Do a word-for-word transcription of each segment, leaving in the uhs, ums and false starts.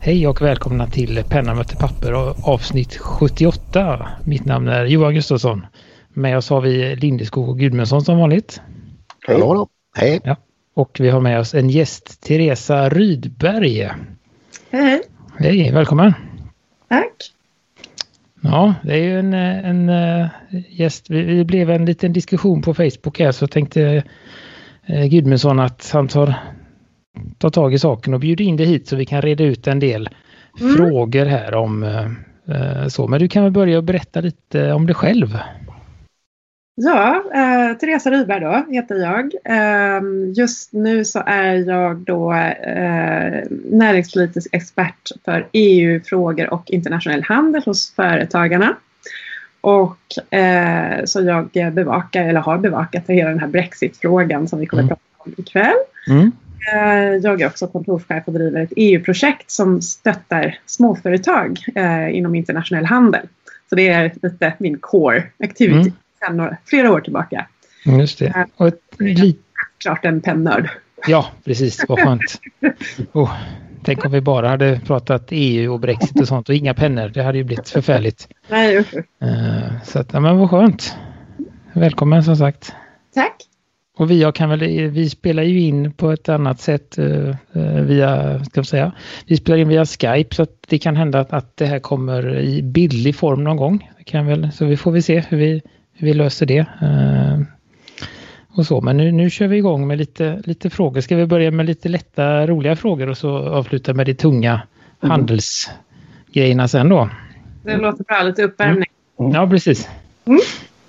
Hej och välkomna till Penna möter papper avsnitt sjuttioåtta. Mitt namn är Johan Gustafsson. Med oss har vi Lindeskog och Gudmundsson som vanligt. Hej. Hallå. Hej. Ja. Och vi har med oss en gäst, Teresa Rydberg. Hej, hej. Hej, välkommen. Tack. Ja, det är ju en, en, en gäst. Vi, vi blev en liten diskussion på Facebook här, så tänkte eh, Gudmundsson att han tar, tar tag i saken och bjuder in dig hit så vi kan reda ut en del mm. frågor här om eh, så. Men du kan väl börja berätta lite om dig själv. Ja, eh, Teresa Rydberg då heter jag. Eh, just nu så är jag då eh, näringspolitisk expert för E U-frågor och internationell handel hos Företagarna. Och eh, så jag bevakar, eller har bevakat hela den här Brexit-frågan som vi kommer mm. att prata om ikväll. Mm. Eh, jag är också kontorschef och driver ett E U-projekt som stöttar småföretag eh, inom internationell handel. Så det är lite min core activity. Mm. Sedan några, flera år tillbaka. Just det. Och ett, li- klart en pennörd. Ja, precis. Vad skönt. Oh, tänk om vi bara hade pratat E U och Brexit och sånt och inga pennor. Det hade ju blivit förfärligt. Nej, usch. Uh, så att, ja, men vad skönt. Välkommen som sagt. Tack. Och vi kan väl, vi spelar ju in på ett annat sätt uh, uh, via, ska jag säga, vi spelar in via Skype, så att det kan hända att, att det här kommer i bildlig form någon gång. Det kan väl, så vi får vi se hur vi vi löser det. Uh, och så. Men nu, nu kör vi igång med lite, lite frågor. Ska vi börja med lite lätta, roliga frågor och så avsluta med de tunga mm. handelsgrejerna sen då? Det låter bra, lite uppvärmning. Mm. Ja, precis. Mm.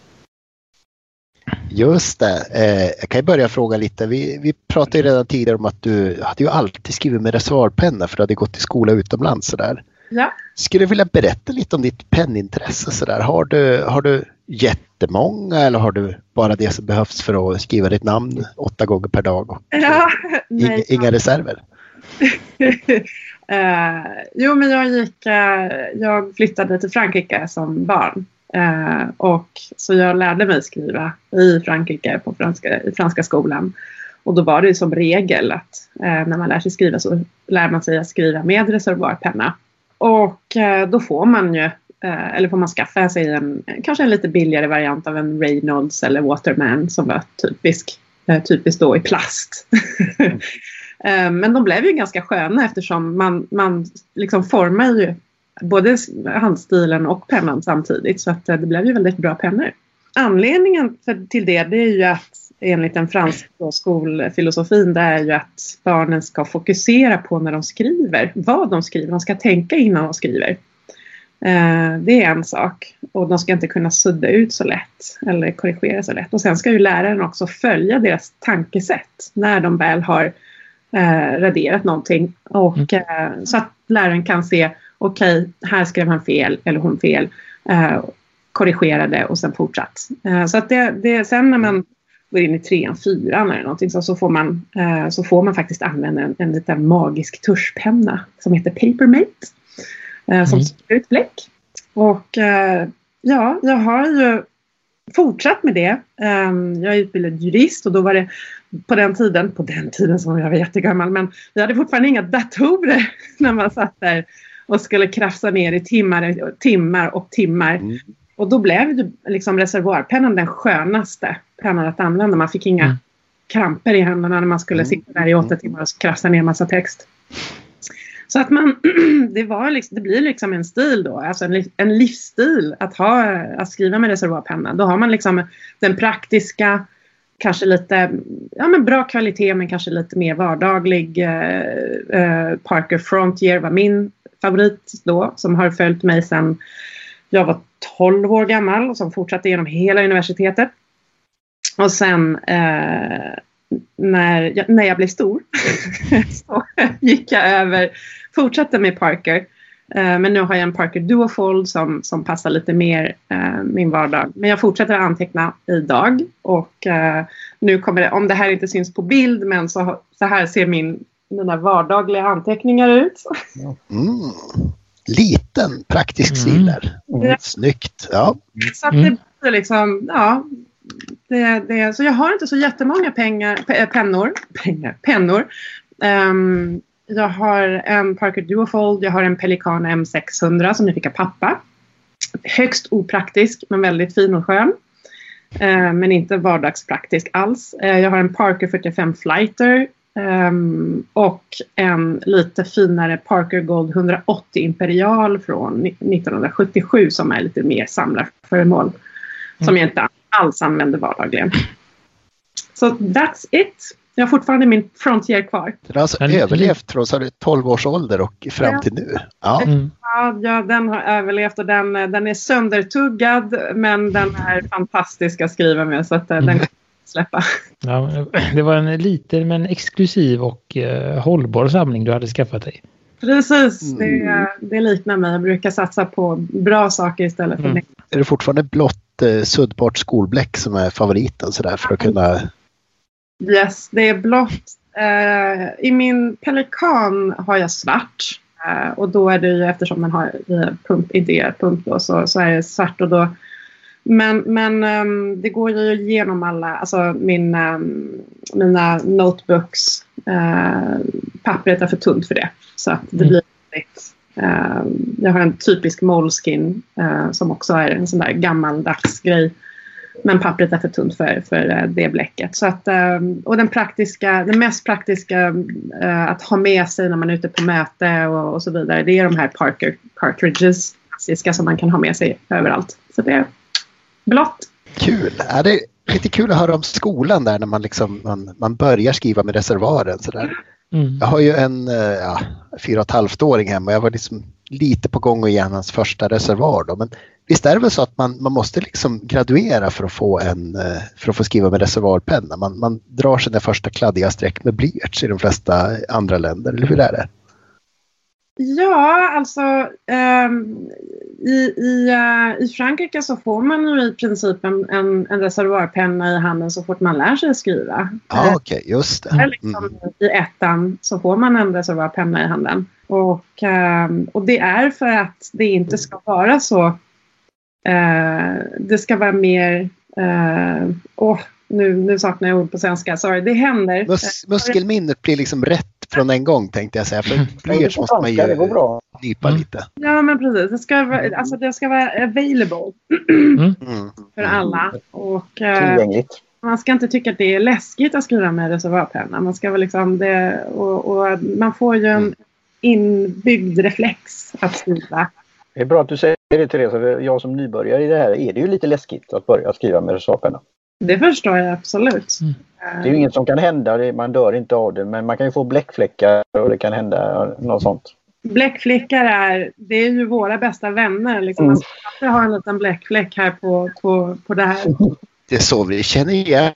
Just det. Eh, jag kan börja fråga lite. Vi, vi pratade ju redan tidigare om att du hade ju alltid skrivit med reservoarpenna för du hade gått i skola utomlands sådär. Ja. Skulle du vilja berätta lite om ditt pennintresse sådär? Har du, har du jättemånga eller har du bara det som behövs för att skriva ditt namn åtta gånger per dag? Ja, inga, nej. inga reserver? uh, jo, men jag gick, uh, jag flyttade till Frankrike som barn. Uh, och så jag lärde mig skriva i Frankrike på franska, i franska skolan. Och då var det som regel att uh, när man lär sig skriva så lär man sig att skriva med reservoarpenna. Och uh, då får man ju Uh, eller får man skaffa sig en, kanske en lite billigare variant av en Reynolds eller Waterman som var typisk, uh, typiskt då i plast. uh, men de blev ju ganska sköna eftersom man, man liksom formar ju både handstilen och pennan samtidigt, så att uh, det blev ju väldigt bra pennor. Anledningen för, till det, det är ju att enligt den franska skolfilosofin, det är ju att barnen ska fokusera på när de skriver, vad de skriver, de ska tänka innan de skriver. Uh, det är en sak, och de ska inte kunna sudda ut så lätt eller korrigera så lätt, och sen ska ju läraren också följa deras tankesätt när de väl har uh, raderat någonting och, uh, så att läraren kan se okej, okay, här skrev han fel eller hon fel, uh, korrigerade och sen fortsatt. Uh, så att det, det, sen när man går in i trean, fyran eller någonting så, så, får man, uh, så får man faktiskt använda en, en liten magisk tuschpenna som heter Papermate. Uh, som skriver ut bläck. Och uh, ja, jag har ju fortsatt med det. Um, jag är utbildad jurist och då var det på den tiden, på den tiden som jag var jättegammal, men vi hade fortfarande inga datorer när man satt där och skulle krafsa ner i timmar, timmar och timmar. Mm. Och då blev ju liksom reservoarpennan den skönaste pennan att använda. Man fick inga mm. kramper i händerna när man skulle sitta där i åtta timmar och krafsa ner massa text. Så att man, det, var liksom, det blir liksom en stil då, alltså en, en livsstil att, ha, att skriva med reservoarpenna. Då har man liksom den praktiska, kanske lite, ja men bra kvalitet men kanske lite mer vardaglig. Eh, eh, Parker Frontier var min favorit då, som har följt mig sedan jag var tolv år gammal och som fortsatte genom hela universitetet. Och sen eh, när, jag, när jag blev stor så gick jag över, fortsatte med Parker. Eh, men nu har jag en Parker Duofold som, som passar lite mer eh, min vardag. Men jag fortsätter att anteckna idag. Och eh, nu kommer det, om det här inte syns på bild, men så, så här ser min, mina vardagliga anteckningar ut. Mm. Liten, praktisk stil där. Mm. Snyggt. Ja. Så att det blir liksom, ja. Det, det, så jag har inte så jättemånga pengar, p- pennor, pengar, pennor. Um, Jag har en Parker Duofold. Jag har en Pelikan M sexhundra som jag fick av pappa. Högst opraktisk men väldigt fin och skön. Eh, men inte vardagspraktisk alls. Eh, jag har en Parker fyrtiofem Flighter. Um, och en lite finare Parker Gold hundraåttio Imperial från nittonhundrasjuttiosju som är lite mer samlarföremål. Mm. Som jag inte alls använder vardagligen. Så so that's it. Jag har fortfarande min Frontier kvar. Du har alltså mm. överlevt från så tolv års ålder och fram ja. till nu. Ja. Mm. Ja, ja, den har överlevt och den, den är söndertuggad men den är fantastisk att skriva med så att mm. den släppa. Ja, det var en liten men exklusiv och uh, hållbar samling du hade skaffat dig. Precis, mm. det, det liknar mig. Jag brukar satsa på bra saker istället för mm. Är det fortfarande blått uh, suddbart skolbläck som är favoriten så där för att kunna... Yes, det är blått. Uh, I min Pelikan har jag svart. Uh, och då är det ju, eftersom den har uh, pump, inte är pump då, så, så är det svart och då Men, men um, det går ju igenom alla, alltså min, um, mina notebooks. Uh, pappret är för tunt för det. Så att det mm. blir lite. Uh, jag har en typisk Moleskine uh, som också är en sån där gammaldags grej. Men pappret är för tunt för, för uh, det bläcket. Så att, uh, och den praktiska, den mest praktiska uh, att ha med sig när man är ute på möte och, och så vidare. Det är de här Parker cartridges. Klassiska som man kan ha med sig överallt. Så det är blått. Kul. Ja, det är lite kul att höra om skolan där när man, liksom, man, man börjar skriva med reservoaren. Så där. Mm. Jag har ju en ja, fyra och ett halvt åring hemma och jag var liksom lite på gång att ge hans första reservoar. Då. Men visst är det väl så att man, man måste liksom graduera för att få, en, för att få skriva med reservoarpenna. Man, man drar sina första kladdiga streck med blyerts i de flesta andra länder. Eller hur är det? Ja, alltså um, i, i, uh, i Frankrike så får man ju i princip en, en, en reservoarpenna i handen så fort man lär sig skriva. Ja, ah, okej, okay, just det. Mm. Liksom, i ettan så får man en reservoarpenna i handen. Och, um, och det är för att det inte ska vara så. Uh, det ska vara mer... Uh, oh, nu, nu saknar jag ord på svenska. Sorry, det händer. Mus, muskelminnet blir liksom rätt från en gång tänkte jag säga. För blyerts måste man ju nypa mm. lite. Ja, men precis. Det ska vara, alltså, det ska vara available mm. för alla. Och, tillgängligt. Uh, man ska inte tycka att det är läskigt att skriva med reservoarpenna. Man ska väl liksom det, och, och man får ju en inbyggd reflex att skriva. Det är bra att du säger det, Therese. Jag som nybörjare i det här är det ju lite läskigt att börja skriva med reservoarpenna. Det förstår jag absolut. Mm. Det är ju inget som kan hända, man dör inte av det, men man kan ju få bläckfläckar och det kan hända något sånt. Bläckfläckar är, det är ju våra bästa vänner. Liksom. Mm. Man ska alltid ha en liten bläckfläck här på, på, på det här. Det är så vi känner igen.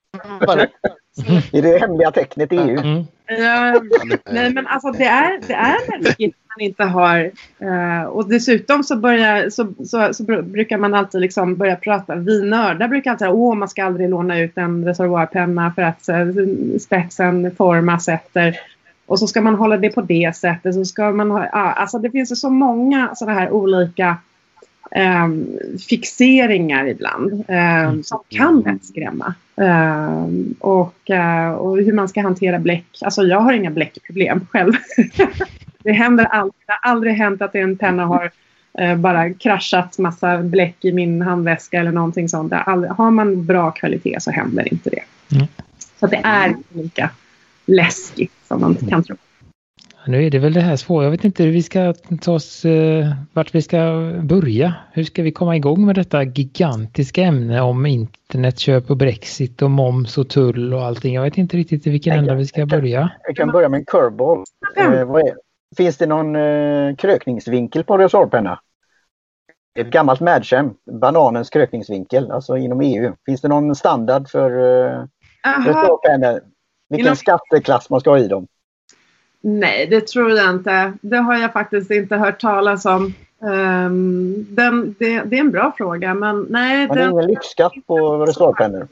Det är det hemliga tecknet i E U. Mm. Ja, nej, men alltså det är, det är läskigt att man inte har. Uh, och dessutom så, börjar, så, så, så brukar man alltid liksom börja prata. Vi nördar brukar alltid säga åh man ska aldrig låna ut en reservoarpenna för att uh, spetsen formas efter. Och så ska man hålla det på det sättet. Så ska man ha, uh, alltså det finns ju så många sådana här olika Um, fixeringar ibland um, som kan lätt skrämma um, och, uh, och hur man ska hantera bläck. Alltså jag har inga bläckproblem själv. Det händer aldrig, det har aldrig hänt att en penna har uh, bara kraschat massa bläck i min handväska eller någonting sånt. Aldrig, har man bra kvalitet så händer inte det. Mm. Så det är lika läskigt som man kan tro. Nu är det väl det här svårt. Jag vet inte hur vi ska ta oss, eh, vart vi ska börja. Hur ska vi komma igång med detta gigantiska ämne om internetköp och Brexit och moms och tull och allting. Jag vet inte riktigt i vilken ända vi ska börja. Jag kan börja med en curveball. Eh, vad är? Finns det någon eh, krökningsvinkel på reservoarpenna? Ett gammalt Madchem, bananens krökningsvinkel, alltså inom E U. Finns det någon standard för eh, reservoarpennor? Vilken inom... skatteklass man ska ha i dem? Nej, det tror jag inte. Det har jag faktiskt inte hört talas om. Um, den, det, det är en bra fråga, men nej. Men det är ingen lyxskatt på reservoarpennor?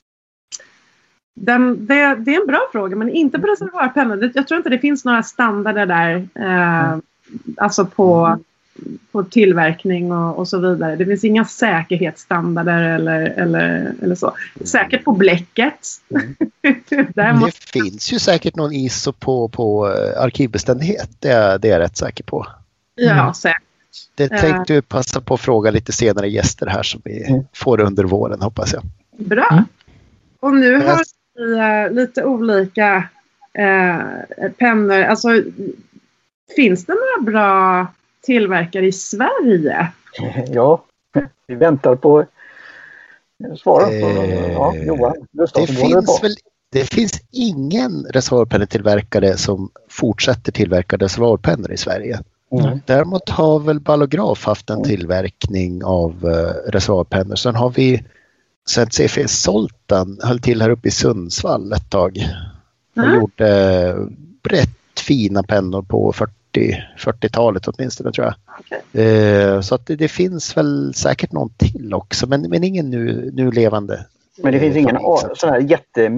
Den, det, det är en bra fråga, men inte på reservoarpennor. Jag tror inte det finns några standarder där. Uh, mm. Alltså på på tillverkning och, och så vidare. Det finns inga säkerhetsstandarder eller, eller, eller så. Säkert på bläcket. Mm. Det måste... finns ju säkert någon I S O på, på arkivbeständighet. Det är, det är jag rätt säker på. Ja, mm. säkert. Det tänkte du passa på att fråga lite senare gäster här som vi mm. får under våren, hoppas jag. Bra. Mm. Och nu har vi uh, lite olika uh, pennor. Alltså, finns det några bra tillverkare i Sverige? Ja, vi väntar på svara på eh, ja, Johan. Det finns, väl, det finns ingen reservoarpennetillverkare som fortsätter tillverka reservoarpennor i Sverige. Mm. Däremot har väl Ballograf haft en tillverkning av uh, reservoarpennor. Sen har vi sen C F S Soltan höll till här uppe i Sundsvall ett tag. Och mm. gjorde uh, rätt fina pennor på fyrtiotalet åtminstone, tror jag. Okay. Uh, så att det, det finns väl säkert någon till också, men, men ingen nu, nu levande. Men det finns ingen sån här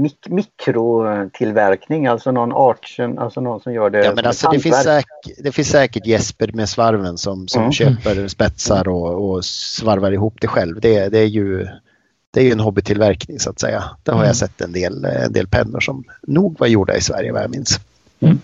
jättemikro-tillverkning, alltså någon archen, alltså någon som gör det. Ja, men alltså det finns, säkert, det finns säkert Jesper med svarven som, som mm. köper spetsar och, och svarvar ihop det själv. Det, det är ju det är ju en hobbytillverkning så att säga. Där har mm. jag sett en del, en del pennor som nog var gjorda i Sverige, vad jag minns. Mm.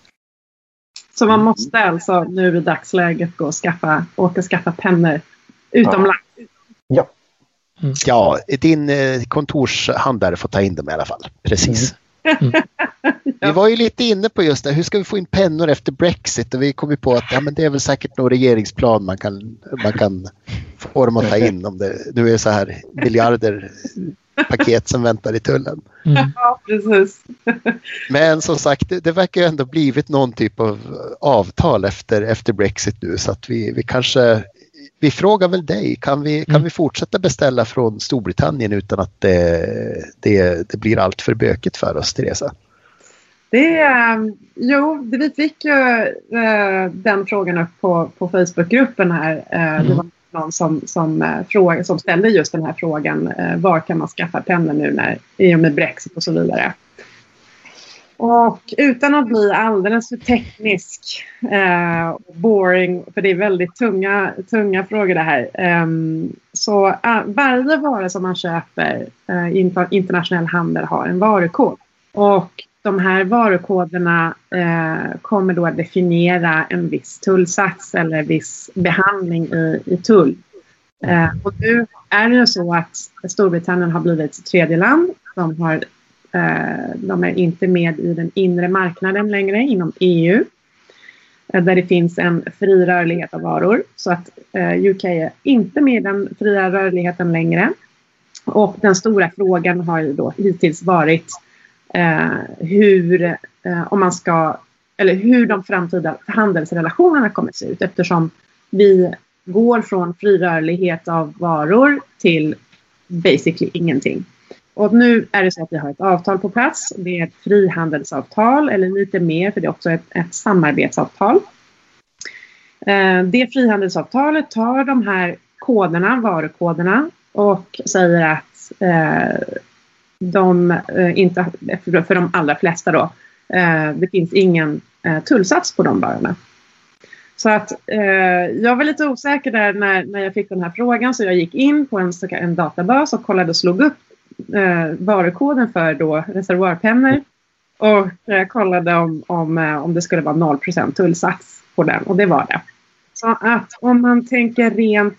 Så man måste alltså nu i dagsläget gå och skaffa, åka och skaffa pennor utomlands? Ja. Mm. Ja, din eh, kontorshandlare får ta in dem i alla fall. Precis. Mm. Mm. Vi var ju lite inne på just det. Hur ska vi få in pennor efter Brexit? Och vi kom ju på att ja, men det är väl säkert någon regeringsplan man kan, man kan få dem att ta in. Om det nu är så här miljarder paket som väntar i tullen. Mm. Ja, precis. Men som sagt, det, det verkar ju ändå blivit någon typ av avtal efter, efter Brexit nu. Så att vi, vi kanske... Vi frågar väl dig, kan vi, kan vi fortsätta beställa från Storbritannien utan att det, det, det blir allt för bökigt för oss, Teresa? Det, jo, det, vi fick ju äh, den frågan upp på, på Facebookgruppen här. Äh, mm. Det var någon som, som, äh, fråga, som ställde just den här frågan. Äh, var kan man skaffa pennor nu när, i och med Brexit och så vidare? Och utan att bli alldeles för teknisk eh, och boring, för det är väldigt tunga, tunga frågor det här. Eh, så eh, varje vara som man köper eh, i internationell handel har en varukod. Och de här varukoderna eh, kommer då att definiera en viss tullsats eller viss behandling i, i tull. Eh, och nu är det ju så att Storbritannien har blivit ett tredje land. De har De är inte med i den inre marknaden längre inom E U. Där det finns en fri rörlighet av varor. Så att U K är inte med i den fria rörligheten längre. Och den stora frågan har ju då hittills varit eh, hur, eh, om man ska, eller hur de framtida handelsrelationerna kommer att se ut. Eftersom vi går från fri rörlighet av varor till basically ingenting. Och nu är det så att vi har ett avtal på plats. Det är ett frihandelsavtal eller lite mer, för det är också ett, ett samarbetsavtal. Eh, det frihandelsavtalet tar de här koderna, varukoderna, och säger att eh, de eh, inte, för, för de allra flesta då, eh, det finns ingen eh, tullsats på de varorna. Så att eh, jag var lite osäker där när, när jag fick den här frågan, så jag gick in på en, en databas och kollade och slog upp Eh, varukoden för då reservoarpennor och eh, kollade om, om, eh, om det skulle vara noll procent tullsats på den, och det var det. Så att om man tänker rent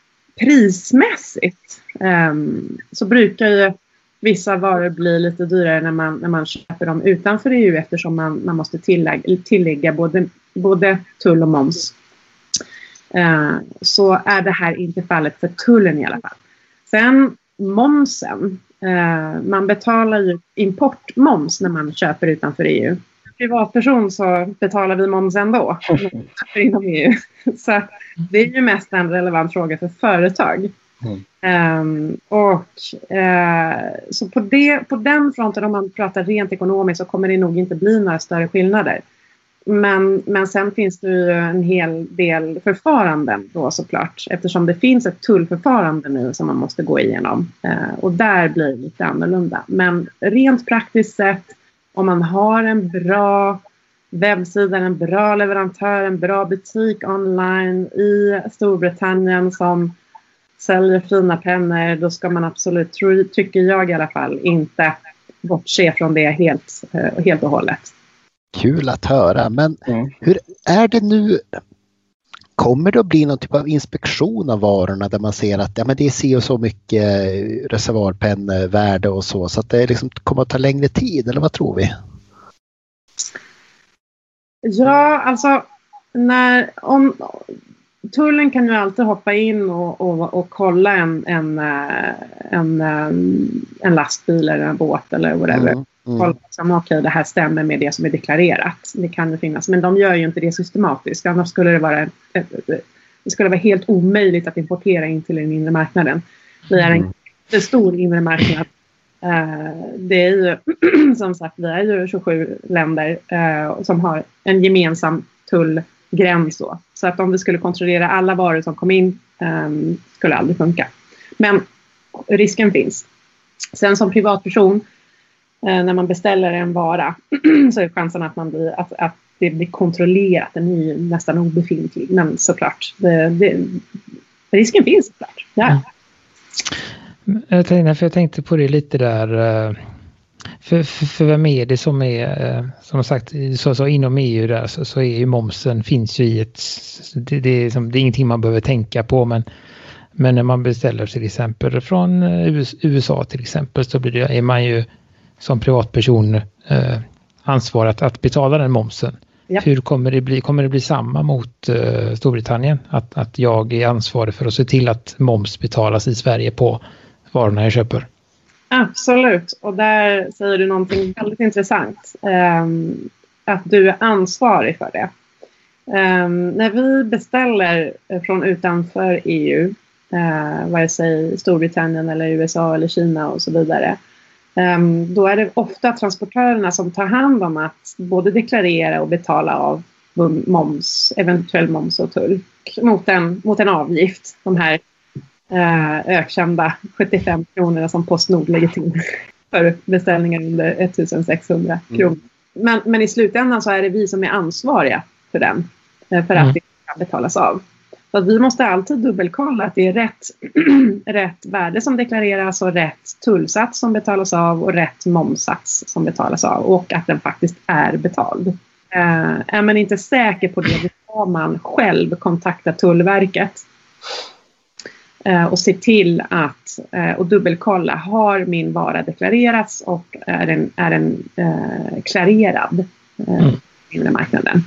prismässigt eh, så brukar ju vissa varor bli lite dyrare när man, när man köper dem utanför E U, eftersom man, man måste tillägga, tillägga både, både tull och moms. Eh, så är det här inte fallet för tullen i alla fall. Sen momsen. Eh, man betalar ju importmoms när man köper utanför E U. Privatperson så betalar vi moms ändå inom E U. Så det är ju mest en relevant fråga för företag. Mm. Um, och uh, så på, det, på den fronten, om man pratar rent ekonomiskt, så kommer det nog inte bli några större skillnader. Men, men sen finns det ju en hel del förfaranden då såklart. Eftersom det finns ett tullförfarande nu som man måste gå igenom. Eh, och där blir det lite annorlunda. Men rent praktiskt sett, om man har en bra webbsida, en bra leverantör, en bra butik online i Storbritannien som säljer fina pennor, då ska man absolut, tror, tycker jag i alla fall, inte bortse från det helt, helt och hållet. Kul att höra, men mm. hur är det nu? Kommer det att bli någon typ av inspektion av varorna där man ser att ja, men det ser så mycket reservoarpennvärde och så, så att det liksom kommer att ta längre tid, eller vad tror vi? Ja, alltså när, om, tullen kan ju alltid hoppa in och, och, och kolla en, en, en, en lastbil eller en båt eller whatever. Mm. Mm. Kolla som okej, det här stämmer med det som är deklarerat. Det kan ju finnas, men de gör ju inte det systematiskt. Annars skulle det vara ett, ett, det skulle vara helt omöjligt att importera in till den inre marknaden. Vi är en mm. stor inre marknad. Uh, det är ju som sagt, vi är ju tjugosju länder uh, som har en gemensam tullgräns då. Så att om vi skulle kontrollera alla varor som kom in um, skulle aldrig funka. Men risken finns. Sen som privatperson när man beställer en vara så är chansen att, man blir, att, att det blir kontrollerat, den är ju nästan obefintlig. Men såklart, det, det, risken finns såklart. Ja. Jag tänkte, för jag tänkte på det lite där, för, för, för vem är det som är, som sagt, så, så inom E U där så, så är ju momsen, finns ju i ett, det, det, är, som, det är ingenting man behöver tänka på, men men när man beställer till exempel från U S A till exempel, så blir det, är man ju som privatperson eh, ansvarig att, att betala den momsen. Ja. Hur kommer det bli? Kommer det bli samma mot eh, Storbritannien? Att, att jag är ansvarig för att se till att moms betalas i Sverige på varorna jag köper? Absolut. Och där säger du någonting väldigt intressant. Um, att du är ansvarig för det. Um, när vi beställer från utanför E U, uh, vare sig Storbritannien eller U S A eller Kina och så vidare, Um, då är det ofta transportörerna som tar hand om att både deklarera och betala av moms, eventuell moms och tull mot en, mot en avgift. De här uh, ökända sjuttiofem kronorna som PostNord lägger till för beställningar under ettusensexhundra kronor. Mm. Men, men i slutändan så är det vi som är ansvariga för den, uh, för att mm. det kan betalas av. Så att vi måste alltid dubbelkolla att det är rätt, rätt värde som deklareras och rätt tullsats som betalas av och rätt momsats som betalas av och att den faktiskt är betald. Uh, är man inte säker på det, då får man själv kontakta Tullverket uh, och se till att uh, och dubbelkolla, har min vara deklarerats och är den, är den uh, klarerad uh, mm. inre marknaden.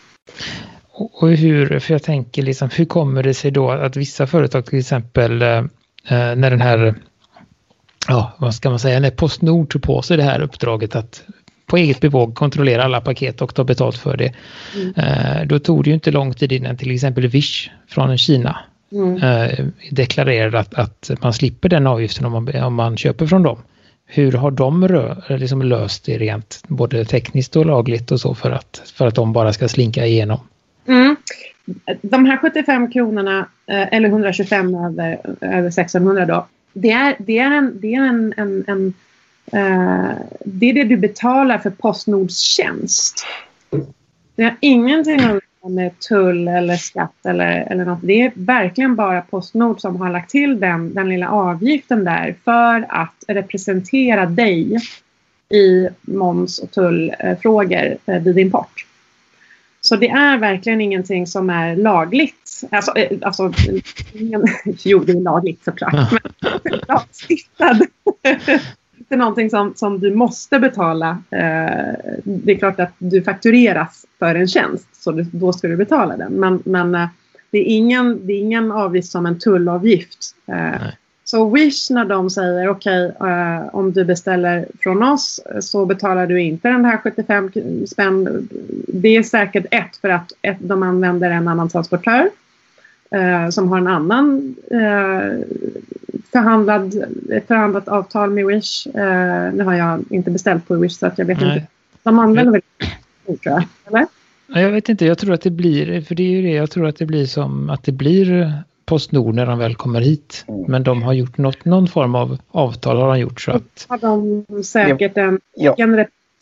Och hur, för jag tänker liksom, hur kommer det sig då att vissa företag till exempel eh, när den här, ja vad ska man säga, när PostNord tog på sig det här uppdraget att på eget bevåg kontrollera alla paket och ta betalt för det. Mm. Eh, då tog det ju inte lång tid innan till exempel Wish från Kina mm. eh, deklarerade att, att man slipper den avgiften om man, om man köper från dem. Hur har de rö- liksom löst det rent både tekniskt och lagligt och så för att, för att de bara ska slinka igenom? Mm. De här sjuttiofem kronorna eller etthundratjugofem över, över sexhundra då, det är, det är, en, det, är en, en, en, uh, det är det du betalar för PostNords tjänst. Det har ingenting med tull eller skatt eller, eller något. Det är verkligen bara PostNord som har lagt till den, den lilla avgiften där för att representera dig i moms- och tullfrågor vid import. Så det är verkligen ingenting som är lagligt. Alltså, alltså ingen, jo, det är lagligt såklart. Men lagstiftad. Det är någonting som, som du måste betala. Eh, det är klart att du faktureras för en tjänst. Så du, då ska du betala den. Men, men eh, det, är ingen, det är ingen avgift som en tullavgift. Eh, så Wish, när de säger okej, okay, uh, om du beställer från oss så betalar du inte den här sjuttiofem spänn. Det är säkert ett för att ett, de använder en annan transportör uh, som har en annan uh, förhandlad, ett förhandlat avtal med Wish. Uh, nu har jag inte beställt på Wish så att jag vet Nej. inte. De använder väl tror jag, eller? Jag vet inte, jag tror att det blir, för det är ju det, jag tror att det blir som att det blir PostNord när de väl kommer hit. Mm. Men de har gjort något, någon form av avtal har de gjort så att... Har de säkert en, ja. en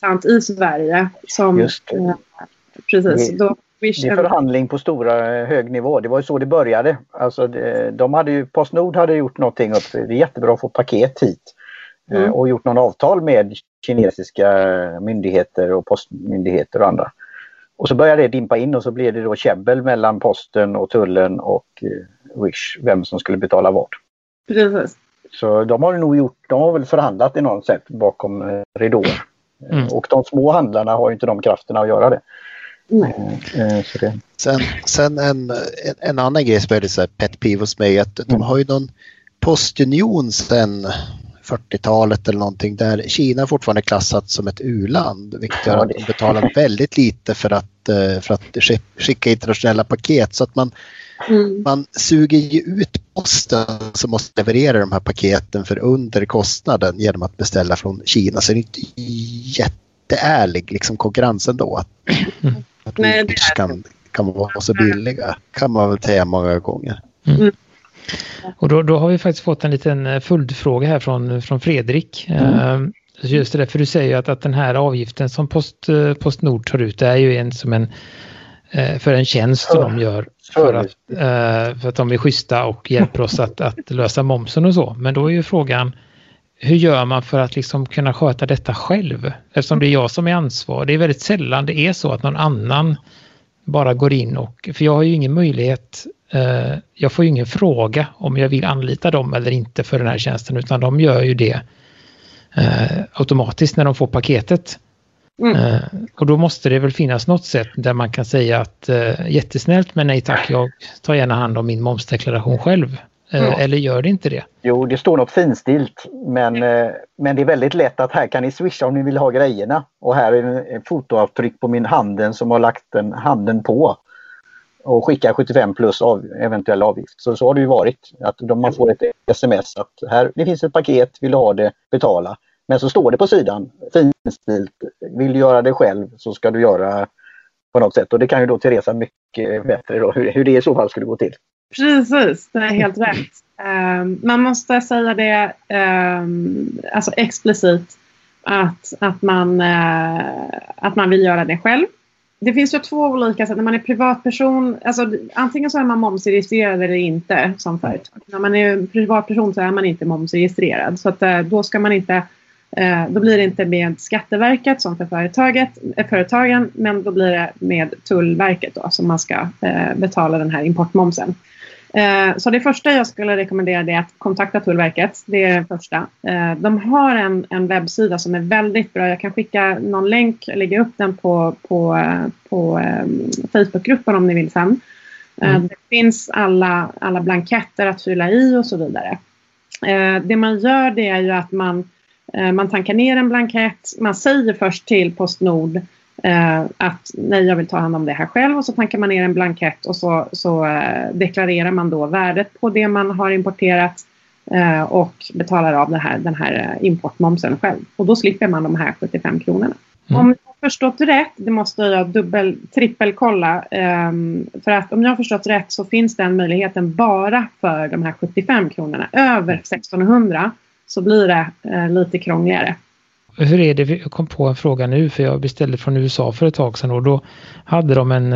representant i Sverige. Som, Just det. Eh, precis. Det, då, det är förhandling på stora hög nivå. Det var ju så det började. Alltså det, de hade ju, PostNord hade gjort någonting upp. Det är jättebra att få paket hit. Mm. Eh, och gjort någon avtal med kinesiska myndigheter och postmyndigheter och andra. Och så började det dimpa in och så blev det då käbbel mellan posten och tullen och eh, Wish, vem som skulle betala vad. Precis. Så de har nog gjort, de har väl förhandlat i något sätt bakom eh, ridåer. Mm. Och de små handlarna har ju inte de krafterna att göra det. Mm. Eh, så det. Sen, sen en, en, en annan grej som är lite så här pet peeve hos mig, att de Mm. har ju någon postunion sen fyrtiotalet eller någonting där Kina fortfarande klassat som ett u-land, vilket gör Ja, att det- de betalar väldigt lite för att, eh, för att skicka internationella paket, så att man, Mm. man suger ju ut posten som måste leverera de här paketen för under kostnaden genom att beställa från Kina, så det är inte jätteärlig liksom konkurrens ändå att, att Nej, det Wish är kan, kan vara så billiga, kan man väl säga många gånger. Och då, då har vi faktiskt fått en liten följdfråga här från, från Fredrik. Mm. Just det där, för du säger ju att, att den här avgiften som Post, PostNord tar ut, det är ju en som en för en tjänst som de gör för att, för att de är schyssta och hjälper oss att, att lösa momsen och så. Men då är ju frågan, hur gör man för att liksom kunna sköta detta själv? Eftersom det är jag som är ansvarig. Det är väldigt sällan det är så att någon annan bara går in och, för jag har ju ingen möjlighet, eh, jag får ju ingen fråga om jag vill anlita dem eller inte för den här tjänsten, utan de gör ju det eh, automatiskt när de får paketet. Mm. Eh, och då måste det väl finnas något sätt där man kan säga att eh, jättesnällt, men nej tack, jag tar gärna hand om min momsdeklaration själv. Eh, mm. Eller gör det inte det? Jo, det står något finstilt, men, eh, men det är väldigt lätt att här kan ni swisha om ni vill ha grejerna. Och här är en fotoavtryck på min handen som har lagt den handen på och skickar sjuttiofem plus av, eventuell avgift. Så så har det ju varit, att de, man får ett sms att här, det finns ett paket, vill du ha det, betala. Men så står det på sidan, finstilt, vill du göra det själv så ska du göra på något sätt. Och det kan ju då Teresa mycket bättre då, hur, hur det i så fall skulle gå till. Precis, det är helt rätt. Um, man måste säga det um, alltså explicit att, att, man, uh, att man vill göra det själv. Det finns ju två olika sätt. När man är privatperson, alltså, antingen så är man momsregistrerad eller inte som företag. När man är privatperson så är man inte momsregistrerad. Så att, uh, då ska man inte, uh, då blir det inte med Skatteverket som för företaget, äh, företagen, men då blir det med Tullverket då, som man ska uh, betala den här importmomsen. Så det första jag skulle rekommendera är att kontakta Tullverket. Det är det första. De har en, en webbsida som är väldigt bra. Jag kan skicka någon länk, lägga upp den på, på, på Facebookgruppen om ni vill sen. Mm. Det finns alla, alla blanketter att fylla i och så vidare. Det man gör det är ju att man, man tankar ner en blankett. Man säger först till PostNord Uh, att nej, jag vill ta hand om det här själv, och så tankar man ner en blankett och så, så uh, deklarerar man då värdet på det man har importerat uh, och betalar av det här, den här uh, importmomsen själv, och då slipper man de här sjuttiofem kronorna. Mm. Om jag har förstått rätt, det måste jag dubbel, trippelkolla, um, för att om jag har förstått rätt så finns den möjligheten bara för de här sjuttiofem kronorna. Över sextonhundra så blir det uh, lite krångligare. Hur är det? Jag kom på en fråga nu, för jag beställde från U S A för ett tag sedan, och då hade de en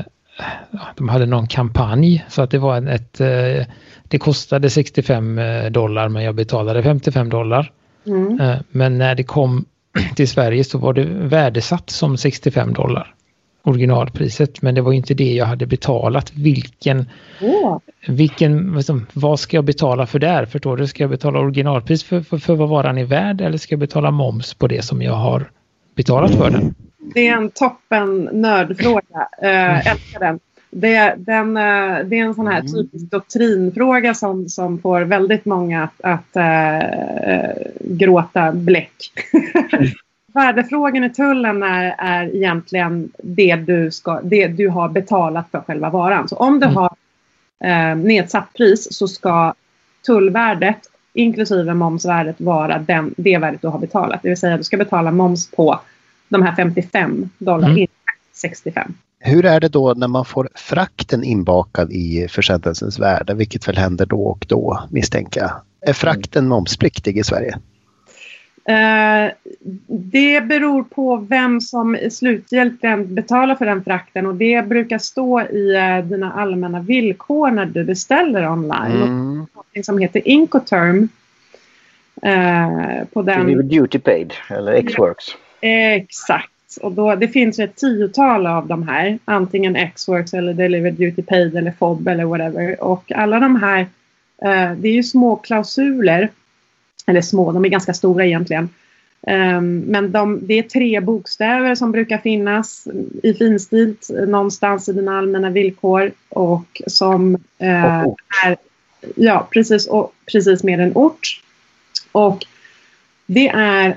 de hade någon kampanj, så att det var ett det kostade sextiofem dollar men jag betalade femtiofem dollar. Mm. Men när det kom till Sverige så var det värdesatt som sextiofem dollar. Originalpriset, men det var inte det jag hade betalat. Vilken, oh. vilken liksom, vad ska jag betala för där? Förstår du? Ska jag betala originalpris för, för, för vad varan är värd, eller ska jag betala moms på det som jag har betalat för den? Det är en toppen nördfråga. Äh, älskar den. Det, den, det är en sån här typisk doktrinfråga som, som får väldigt många att, att äh, gråta bläck. Värdefrågan i tullen är, är egentligen det du, ska, det du har betalat för själva varan. Så om du mm. har eh, nedsatt pris så ska tullvärdet inklusive momsvärdet vara den, det värdet du har betalat. Det vill säga du ska betala moms på de här femtiofem dollar, mm. inte sextiofem. Hur är det då när man får frakten inbakad i försändelsens värde, vilket väl händer då och då, misstänker jag? Är frakten momspliktig i Sverige? Uh, Det beror på vem som slutgiltigt betalar för den frakten, och det brukar stå i uh, dina allmänna villkor när du beställer online. Mm. Och något som heter Incoterm. Uh, på den... Delivered Duty Paid eller Xworks. Exakt. Och då, det finns ett tiotal av de här. Antingen Xworks eller Delivered Duty Paid eller F O B eller whatever. Och alla de här, uh, det är ju små klausuler. Eller små, de är ganska stora egentligen. Um, men de, det är tre bokstäver som brukar finnas i finstilt någonstans i dina allmänna villkor. Och som uh, är, ja, precis, och, precis med en ort. Och det är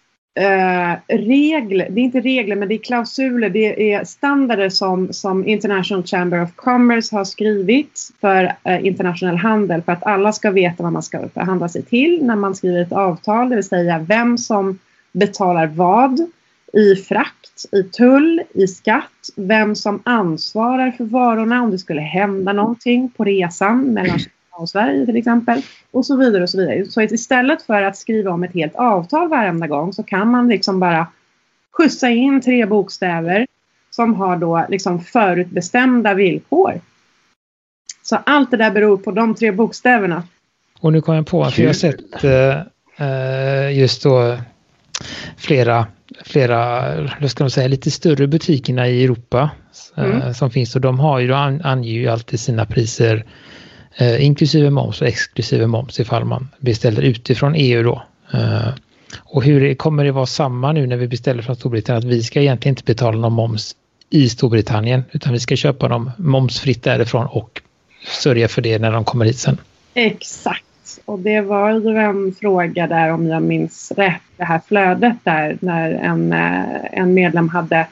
Uh, regler, det är inte regler men det är klausuler, det är standarder som, som International Chamber of Commerce har skrivit för uh, internationell handel, för att alla ska veta vad man ska förhandla sig till när man skriver ett avtal, det vill säga vem som betalar vad i frakt, i tull, i skatt, vem som ansvarar för varorna om det skulle hända någonting på resan mellan och Sverige till exempel, och så vidare och så vidare. Så istället för att skriva om ett helt avtal varenda gång så kan man liksom bara skjutsa in tre bokstäver som har då liksom förutbestämda villkor. Så allt det där beror på de tre bokstäverna. Och nu kom jag på att jag har sett eh, just då flera flera, hur ska man säga, lite större butikerna i Europa mm. eh, som finns, och de har ju då an, anger ju alltid sina priser Eh, inklusive moms och exklusive moms ifall man beställer utifrån E U då. Eh, och hur kommer det vara samma nu när vi beställer från Storbritannien, att vi ska egentligen inte betala någon moms i Storbritannien utan vi ska köpa dem momsfritt därifrån och sörja för det när de kommer hit sen? Exakt, och det var ju en fråga där, om jag minns rätt, det här flödet där när en, en medlem hade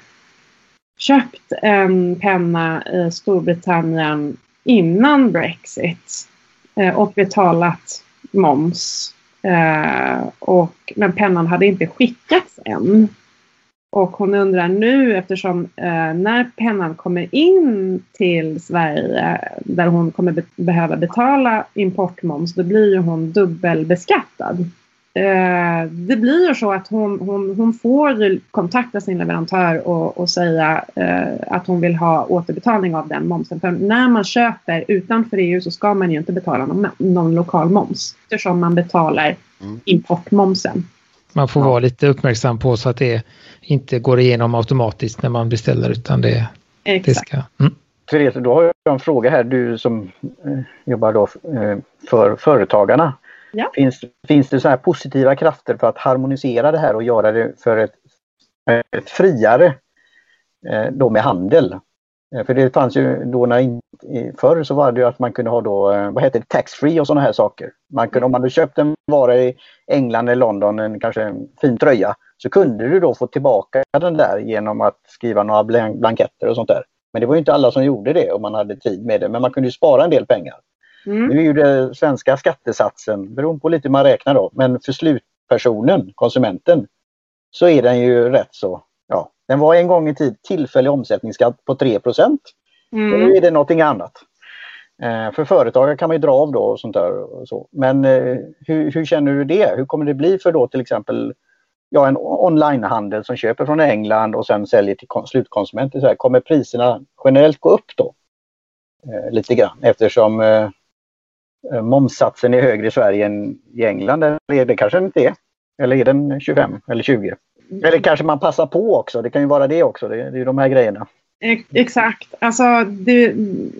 köpt en penna i Storbritannien innan Brexit eh, och betalat moms. Eh, och, men pennan hade inte skickats än. Och hon undrar nu, eftersom eh, när pennan kommer in till Sverige där hon kommer be- behöva betala importmoms, då blir ju hon dubbelbeskattad. Eh, det blir ju så att hon, hon, hon får ju kontakta sin leverantör och, och säga eh, att hon vill ha återbetalning av den momsen. För när man köper utanför E U så ska man ju inte betala någon, någon lokal moms, eftersom man betalar mm. importmomsen. Man får ja. vara lite uppmärksam på så att det inte går igenom automatiskt när man beställer, utan det, det ska... Mm. Therese, då har jag en fråga här, du som eh, jobbar då eh, för företagarna. Ja. Finns, finns det så här positiva krafter för att harmonisera det här och göra det för ett, ett friare eh, då med handel? Eh, för det fanns ju då när in, förr så var det ju att man kunde ha då, eh, vad heter det, tax-free och sådana här saker. Man kunde, om man hade köpt en vara i England eller London, en kanske en fin tröja, så kunde du då få tillbaka den där genom att skriva några blank- blanketter och sånt där. Men det var ju inte alla som gjorde det om man hade tid med det, men man kunde ju spara en del pengar. Mm. Nu är ju det svenska skattesatsen, beroende på lite man räknar då, men för slutpersonen, konsumenten, så är den ju rätt så, ja, den var en gång i tid tillfällig omsättningsskatt på tre procent. Mm. Nu är det någonting annat. Eh, för företagare kan man ju dra av då och sånt där och så. Men eh, hur, hur känner du det? Hur kommer det bli för då till exempel ja, en onlinehandel som köper från England och sen säljer till slutkonsumenter? Så här, kommer priserna generellt gå upp då? Eh, lite grann, eftersom eh, momssatsen är högre i Sverige än i England, eller är det kanske inte är? Eller är den tjugofem eller tjugo? Eller kanske man passar på också, det kan ju vara det också, det, det är ju de här grejerna. Exakt, alltså det,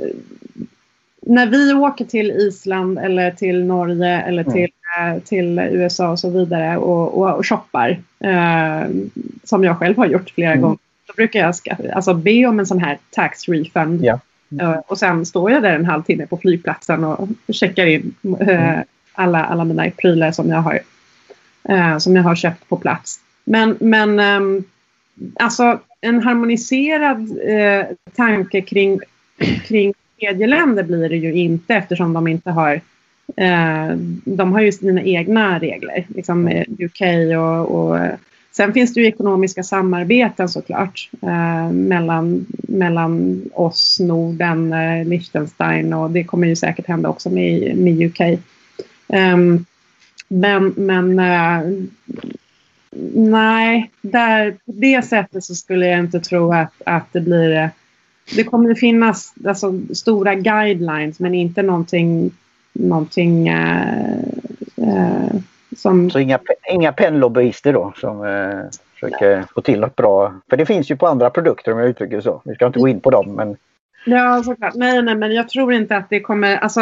när vi åker till Island eller till Norge eller till, mm. till U S A och så vidare och, och, och shoppar, eh, som jag själv har gjort flera mm. gånger, då brukar jag ska, alltså be om en sån här tax refund. Ja. Uh, och sen står jag där en halvtimme på flygplatsen och checkar in uh, mm. alla, alla mina prylar som jag har uh, som jag har köpt på plats. Men, men um, alltså en harmoniserad uh, tanke kring, kring tredjeländer blir det ju inte, eftersom de inte har uh, de har ju sina egna regler, liksom U K och, och sen finns det ju ekonomiska samarbeten såklart eh, mellan, mellan oss, Norden, eh, Liechtenstein, och det kommer ju säkert hända också med, med U K. Um, men men uh, nej, där, på det sättet så skulle jag inte tro att, att det blir... Det kommer att finnas alltså, stora guidelines, men inte någonting, någonting äh, äh, som... Så inga, inga pennlobbyister då som äh, försöker nej. få till något bra? För det finns ju på andra produkter om jag uttrycker så. Vi ska inte gå in på dem, men... Ja, såklart. Nej, nej, men jag tror inte att det kommer... Alltså,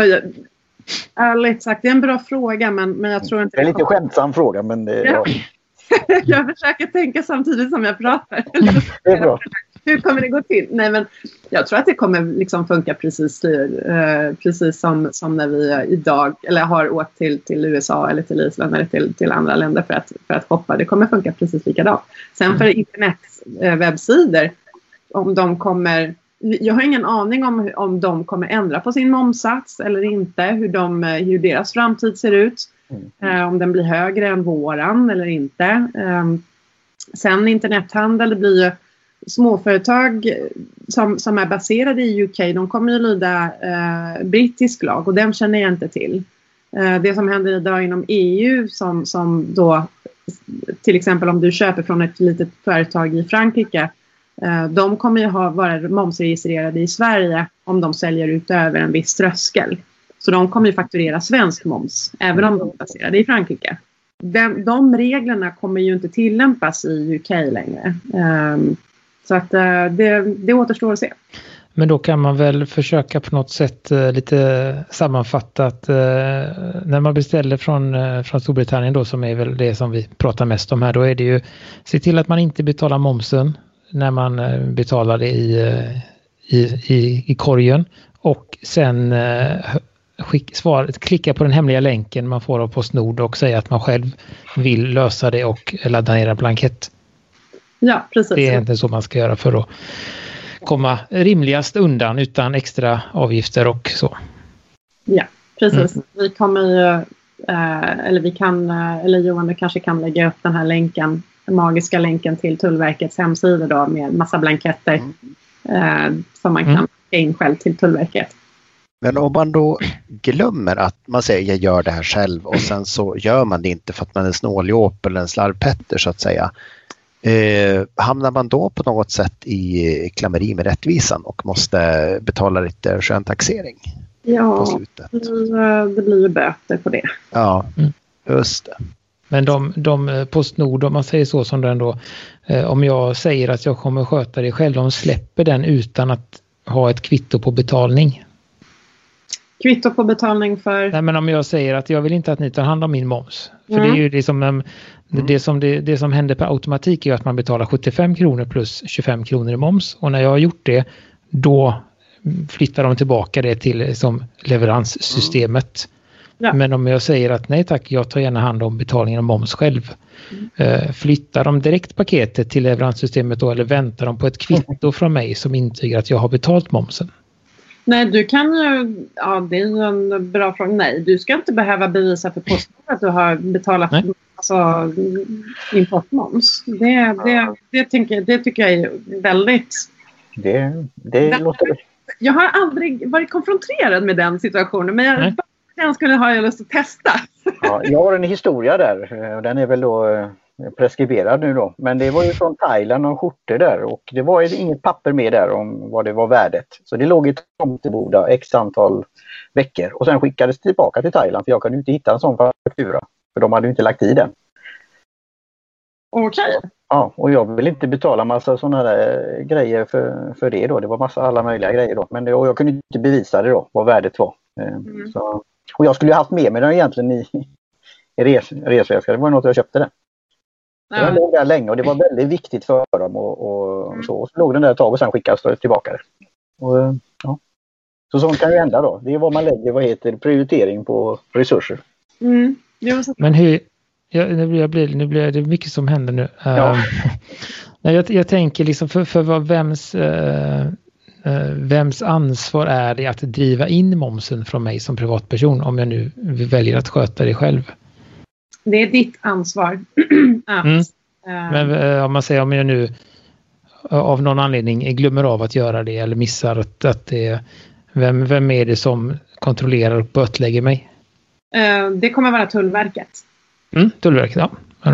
ärligt sagt, det är en bra fråga, men, men jag tror inte... Det är en lite skämtsam fråga, men... Det, ja. Ja. Jag försöker tänka samtidigt som jag pratar. Det är bra. Hur kommer det gå till? Nej, men jag tror att det kommer liksom funka precis, eh, precis som, som när vi idag eller har åkt till, till U S A eller till Island eller till, till andra länder för att, för att shoppa. Det kommer funka precis likadant. Sen för internetwebbsidor, eh, om de kommer... Jag har ingen aning om om de kommer ändra på sin momssats eller inte. Hur, de, hur deras framtid ser ut. Mm. Eh, om den blir högre än våran eller inte. Eh, sen internethandel, det blir ju småföretag som, som är baserade i U K. De kommer ju lyda eh, brittisk lag och den känner jag inte till. Eh, det som händer idag inom E U som, som då till exempel om du köper från ett litet företag i Frankrike. De kommer ju ha, vara momsregistrerade i Sverige om de säljer utöver en viss tröskel. Så de kommer ju fakturera svensk moms även om de är baserade i Frankrike. De, de reglerna kommer ju inte tillämpas i U K längre. Um, så att uh, det, det återstår att se. Men då kan man väl försöka på något sätt uh, lite sammanfattat uh, när man beställer från, uh, från Storbritannien då, som är väl det som vi pratar mest om här, då är det ju se till att man inte betalar momsen när man betalar det i, i, i, i korgen och sen skick, svar, klicka på den hemliga länken man får av Postnord och säga att man själv vill lösa det och ladda ner en blankett. Ja, precis. Det är inte så man ska göra för att komma rimligast undan utan extra avgifter och så. Ja, precis. Mm. Vi kommer ju, eller vi kan, eller Johan, du kanske kan lägga upp den här länken, magiska länken till Tullverkets hemsida då med massa blanketter mm. eh, som man kan mm. in själv till Tullverket. Men om man då glömmer att man säger jag gör det här själv och sen så gör man det inte för att man är en snåljåp eller en slarvpetter så att säga. Eh, hamnar man då på något sätt i klammeri med rättvisan och måste betala lite sköntaxering ja, på slutet? Ja, det blir ju böter på det. Ja, just det. Men de, de Postnord, om man säger så som den då, eh, om jag säger att jag kommer sköta det själv, de släpper den utan att ha ett kvitto på betalning. Kvitto på betalning för? Nej, men om jag säger att jag vill inte att ni tar hand om min moms. För mm. det är ju det som, um, Mm. det, som det, det som händer per automatik är att man betalar sjuttiofem kronor plus tjugofem kronor i moms. Och när jag har gjort det, då flyttar de tillbaka det till som leveranssystemet. Mm. Ja. Men om jag säger att nej tack, jag tar gärna hand om betalningen av moms själv. Mm. Uh, flyttar de direkt paketet till leveranssystemet då, eller väntar de på ett kvitto från mig som intygar att jag har betalt momsen? Nej, du kan ju, ja det är en bra fråga. Nej, du ska inte behöva bevisa för Postnord att du har betalat alltså, importmoms. Det, det, det, tänker, det tycker jag är väldigt... Det, det väldigt, låter... Jag har aldrig varit konfronterad med den situationen, men jag, den skulle ha jag lust att testa. Ja, jag har en historia där, och den är väl då preskriberad nu då. Men det var ju från Thailand och skjortor där och det var ju inget papper med där om vad det var värdet. Så det låg i tomteboda x antal veckor och sen skickades tillbaka till Thailand för jag kunde inte hitta en sån faktura. För de hade ju inte lagt i den. Okej. Okay. Ja, och jag vill inte betala massa sådana där grejer för, för det då. Det var massa alla möjliga grejer då. Men det, och jag kunde inte bevisa det då, vad värdet var. Mm. Så, och jag skulle ju haft med mig den egentligen i, i res, resväska. Det var något jag köpte den. Ja. Den låg där länge och det var väldigt viktigt för dem och, och mm. så. Och så låg den där ett tag och sen skickades det tillbaka det. Och, ja. Så sånt kan ju hända då. Det är vad man lägger, vad heter prioritering på resurser. Mm. Men hur, jag, nu, blir, jag blir, nu blir det mycket som händer nu. Ja. Um, jag, jag tänker liksom för, för vad vems, uh, uh, vems ansvar är det att driva in momsen från mig som privatperson om jag nu väljer att sköta det själv? Det är ditt ansvar. att, mm. Men uh, om man säger om jag nu uh, av någon anledning glömmer av att göra det eller missar att, att det, vem, vem är det som kontrollerar och bötlägger mig? Uh, det kommer vara Tullverket. Mm, Tullverket, ja.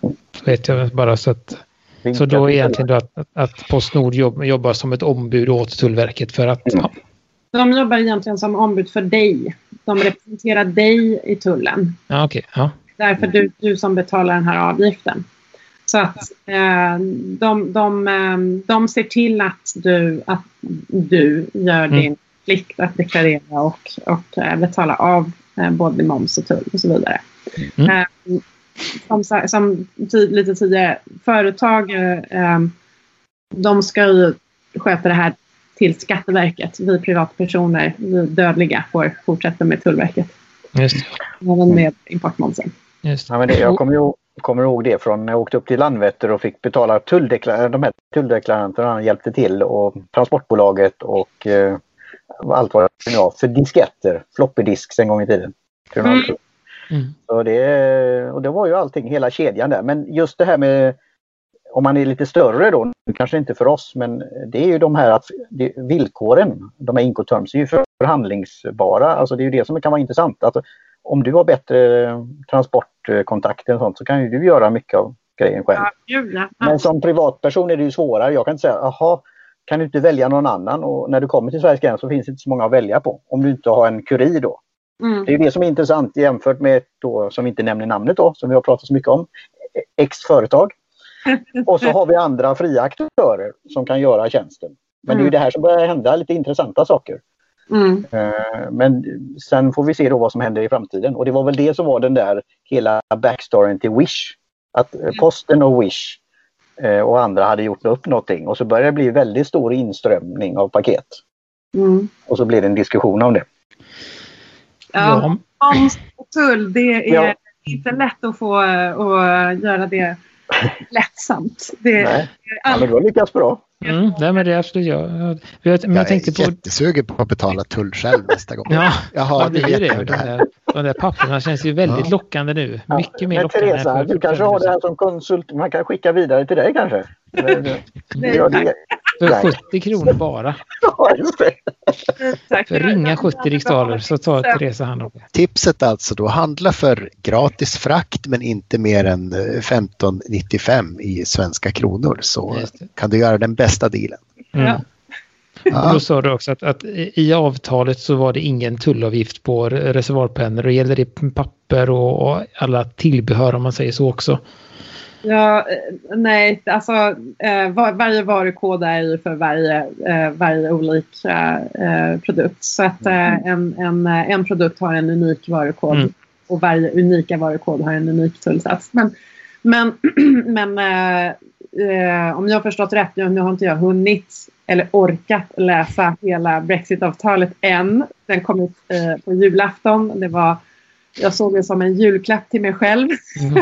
Så vet jag bara så att så då är egentligen då att, att Postnord jobb, jobbar som ett ombud åt Tullverket för att ja. De jobbar egentligen som ombud för dig. De representerar dig i tullen. Ja, okej. Okay. Ja. Därför du, du som betalar den här avgiften. Så att eh, de, de, eh, de ser till att du, att du gör mm. din plikt att deklarera och, och eh, betala av eh, både moms och tull och så vidare. Mm. Eh, som som tid, lite tidigare, företag eh, de ska ju sköta det här till Skatteverket. Vi privatpersoner, vi dödliga får fortsätta med Tullverket. Just det. Även med importmomsen. Just det. Ja, men det, jag kommer ju kommer ihåg det från när jag åkte upp till Landvetter och fick betala tulldeklar- de här tulldeklaranterna hjälpte till och transportbolaget och eh, allt vad det var för disketter, floppy disks en gång i tiden. Mm. Mm. Så det, och det var ju allting, hela kedjan där. Men just det här med, om man är lite större då, kanske inte för oss, men det är ju de här att det, villkoren, de här Incoterms är ju förhandlingsbara. Alltså det är ju det som kan vara intressant. Alltså, om du har bättre transportkontakter och sånt så kan ju du göra mycket av grejen själv. Ja, ja. Men som privatperson är det ju svårare. Jag kan inte säga, aha, kan du inte välja någon annan? Och när du kommer till Sveriges gräns så finns det inte så många att välja på. Om du inte har en kurir då. Mm. Det är det som är intressant jämfört med då, som vi inte nämner namnet då, som vi har pratat så mycket om, X-företag. Och så har vi andra fria aktörer som kan göra tjänsten. Men mm. det är ju det här som börjar hända, lite intressanta saker. Mm. Men sen får vi se då vad som händer i framtiden. Och det var väl det som var den där hela backstoryn till Wish. Att Posten och Wish och andra hade gjort upp någonting. Och så började det bli väldigt stor inströmning av paket. Mm. Och så blev det en diskussion om det. Ja, moms och tull, det är ja. inte lätt att få att göra det lättsamt. Det, Nej, ja, men det var lyckas bra. Mm, det är det absolut jag. Jag, jag, men jag, jag tänkte är på jättesugen på att betala tull själv nästa gång. Ja, Jaha, ja det är det. De där, de där papperna känns ju väldigt ja. lockande nu. Ja. Mycket mer men lockande. Teresa, du kanske har det här som konsult. Man kan skicka vidare till dig kanske. det, det, för sjuttio kronor bara. Ja, just det. För ringa sjuttio riksdaler så tar Teresa hand om det. Tipset alltså då, handla för gratis frakt men inte mer än femton nittiofem i svenska kronor så kan du göra den bästa dealen. Mm. Ja. Ja. Och då sa du också att, att i avtalet så var det ingen tullavgift på reservoarpennor och gäller det papper och, och alla tillbehör om man säger så också. Ja, nej, alltså eh, var, varje varukod är ju för varje, eh, varje olika eh, produkt. Så att eh, en, en, en produkt har en unik varukod mm. och varje unika varukod har en unik tullsats. Men, men, men eh, eh, om jag har förstått rätt, nu har inte jag hunnit eller orkat läsa hela Brexit-avtalet än. Den kom ut eh, på julafton. Det var Jag såg det som en julklapp till mig själv. Mm.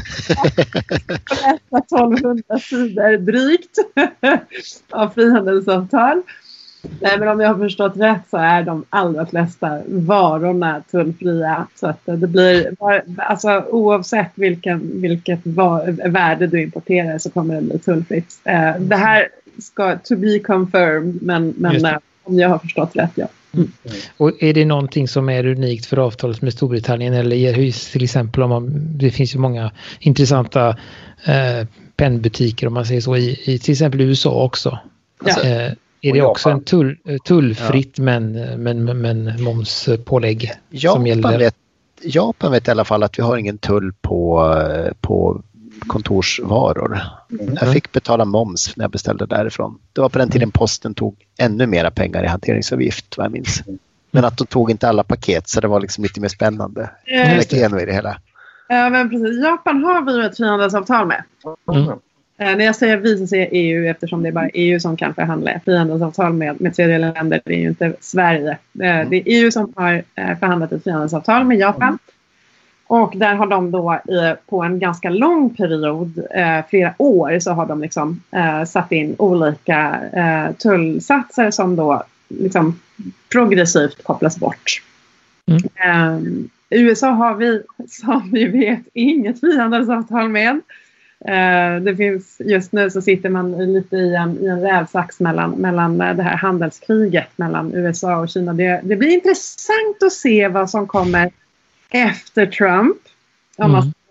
Jag läste tolvhundra sidor drygt av frihandelsavtal. Men om jag har förstått rätt så är de allra flesta varorna tullfria. Så att det blir, alltså oavsett vilken, vilket var, värde du importerar så kommer det bli tullfritt. Det här ska to be confirmed, men, men om jag har förstått rätt, ja. Mm. Och är det någonting som är unikt för avtalet med Storbritannien eller er till exempel om man, det finns ju många intressanta eh, pennbutiker om man säger så i, i till exempel U S A också. Ja. Eh, är det också en tull, tullfritt ja. men, men, men, men momspålägg Japan som gäller? Vet, Japan vet i alla fall att vi har ingen tull på, på kontorsvaror. Mm. Jag fick betala moms när jag beställde därifrån. Det var på den tiden posten tog ännu mera pengar i hanteringsavgift, vad jag minns. Men att de tog inte alla paket så det var liksom lite mer spännande. Just det. Det hela. Ja, men precis. Japan har vi ett frihandelsavtal med. Mm. Eh, när jag säger vi så säger E U eftersom det är bara E U som kan förhandla frihandelsavtal med, med tredje länder. Det är ju inte Sverige. Eh, det är E U som har eh, förhandlat ett frihandelsavtal med Japan. Mm. Och där har de då eh, på en ganska lång period, eh, flera år, så har de liksom eh, satt in olika eh, tullsatser som då liksom progressivt kopplas bort. Mm. Eh, U S A har vi, som vi vet, inget frihandelsavtal med. Eh, det finns, just nu så sitter man lite i en, i en rävsax mellan, mellan det här handelskriget mellan U S A och Kina. Det, det blir intressant att se vad som kommer efter Trump, om man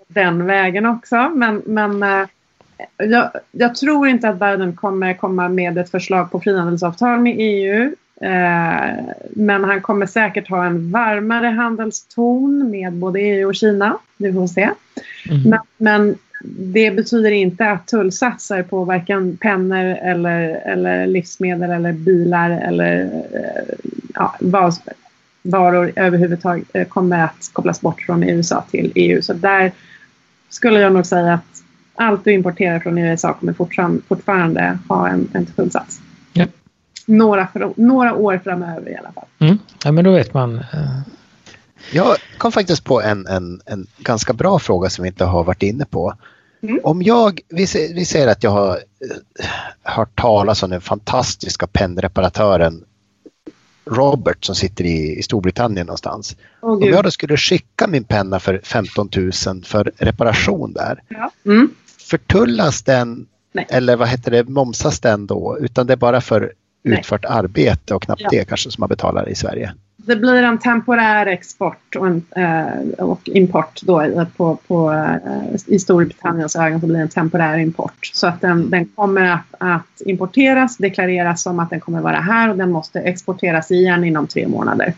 den vägen också. Men, men eh, jag, jag tror inte att Biden kommer komma med ett förslag på frihandelsavtal med E U. Eh, men han kommer säkert ha en varmare handelston med både E U och Kina. Det får vi se. Mm. Men, men det betyder inte att tullsatser på varken pennor eller, eller livsmedel eller bilar eller ja, varor överhuvudtaget kommer att kopplas bort från U S A till E U. Så där skulle jag nog säga att allt du importerar från U S A kommer fortfarande, fortfarande ha en, en tullsats. Ja. Några, för, några år framöver i alla fall. Mm. Ja, men då vet man. Jag kom faktiskt på en, en, en ganska bra fråga som vi inte har varit inne på. Mm. Om jag, vi, ser, vi ser att jag har hört talas om den fantastiska pennreparatören Robert som sitter i, i Storbritannien någonstans. Oh, om jag då skulle skicka min penna för femton tusen för reparation där. Ja. Mm. Förtullas den, nej, eller vad heter det, momsas den då? Utan det är bara för utfört nej arbete och knappt ja det kanske som man betalar i Sverige. Det blir en temporär export och, en, eh, och import då på, på, eh, i Storbritanniens ögon så blir det en temporär import. Så att den, den kommer att, att importeras, deklareras som att den kommer vara här och den måste exporteras igen inom tre månader.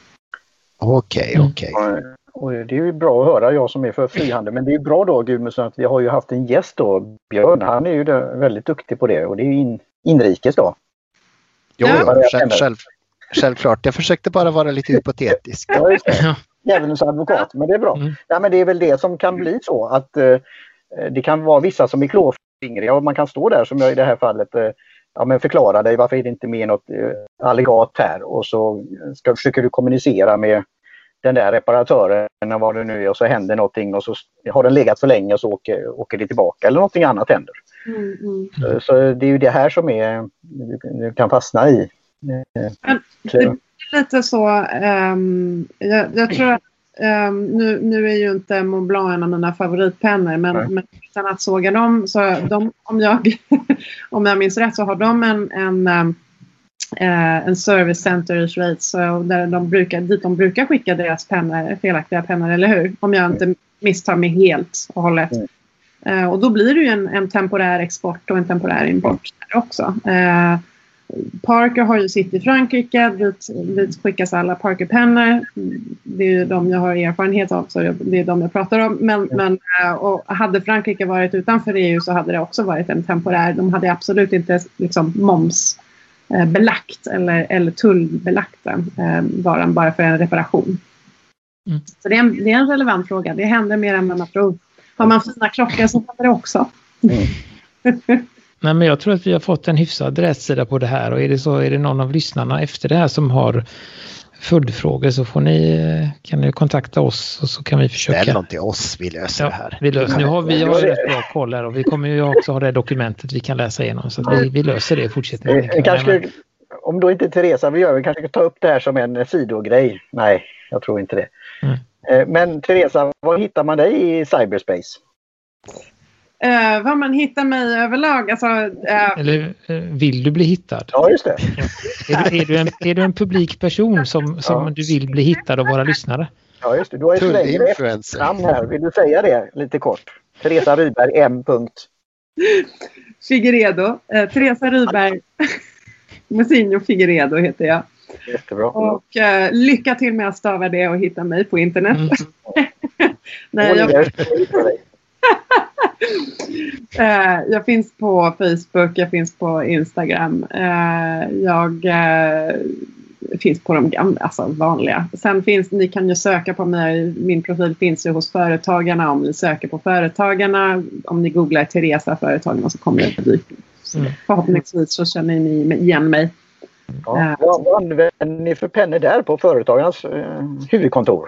Okej, okay, okej. Okay. Och det är ju bra att höra, jag som är för frihandel. Men det är ju bra då, Gudmundsson, att vi har ju haft en gäst då, Björn. Han är ju väldigt duktig på det och det är ju in, inrikes då. Jo, ja, själv, själv. Självklart, jag försökte bara vara lite hypotetisk. Ja, just det. Djävulens advokat, men det är bra. Mm. Nej, men det är väl det som kan bli så att eh, det kan vara vissa som är klåfingriga och man kan stå där som jag i det här fallet eh, ja, men förklara dig varför är det inte med något eh, alligat här och så ska, försöker du kommunicera med den där reparatören eller vad det nu är och så händer någonting och så har den legat för länge och så åker, åker det tillbaka eller någonting annat händer. Mm, mm. Så, så det är ju det här som är du kan fastna i. Det är lite så um, jag, jag tror att um, nu, nu är ju inte Mont Blanc en av mina favoritpennor men, men utan att såga dem så de, om, jag, om jag minns rätt så har de en, en, um, uh, en service center i Schweiz så där de brukar, dit de brukar skicka deras pennor, felaktiga pennor, eller hur? Om jag inte misstar mig helt och hållet. Mm. Uh, och då blir det ju en, en temporär export och en temporär import där också. Uh, Parker har ju sitt i Frankrike, dit, dit skickas alla Parker-pennor. Det är ju de jag har erfarenhet av, så det är de jag pratar om. Men, men och hade Frankrike varit utanför E U så hade det också varit en temporär. De hade absolut inte liksom momsbelagt eller, eller tullbelagt den varan bara för en reparation. Mm. Så det är, en, det är en relevant fråga. Det händer mer än vad man tror. Har man fina klockor så händer det också. Mm. Nej, men jag tror att vi har fått en hyfsad rättsida på det här och är det så är det någon av lyssnarna efter det här som har följdfrågor så får ni, kan ni kontakta oss och så kan vi försöka. Ställ någon till oss, vi löser ja, det här. Vi löser. Nu har vi har rätt bra koll här och vi kommer ju också ha det dokumentet vi kan läsa igenom så att vi, vi löser det i fortsättningen. Eh, kanske, om då inte Teresa vill göra, vi kanske kan ta upp det här som en sidogrej. Nej, jag tror inte det. Mm. Eh, men Teresa, var hittar man dig i cyberspace? Uh, vad man hittar mig överlag. Alltså, uh... Eller uh, vill du bli hittad? Ja, just det. Ja. Är, du, är, du en, är du en publik person som, som ja. du vill bli hittad av våra lyssnare? Ja, just det. Du har ju längre fram här. Vill du säga det lite kort? Teresa Ryberg, M. Figueredo. Uh, Teresa Ryberg. Mosinho Figueredo heter jag. Jättebra. Och uh, lycka till med att stava det och hitta mig på internet. Mm. Nej, jag... uh, jag finns på Facebook, jag finns på Instagram, uh, jag uh, finns på de gamla, alltså vanliga. Sen finns, ni kan ju söka på mig, min profil finns ju hos Företagarna, om ni söker på Företagarna, om ni googlar Teresa Företagarna så kommer det dyka. Mm. Förhoppningsvis så känner ni igen mig. Ja, uh, vad använder ni för pennor där på Företagarnas uh, huvudkontor?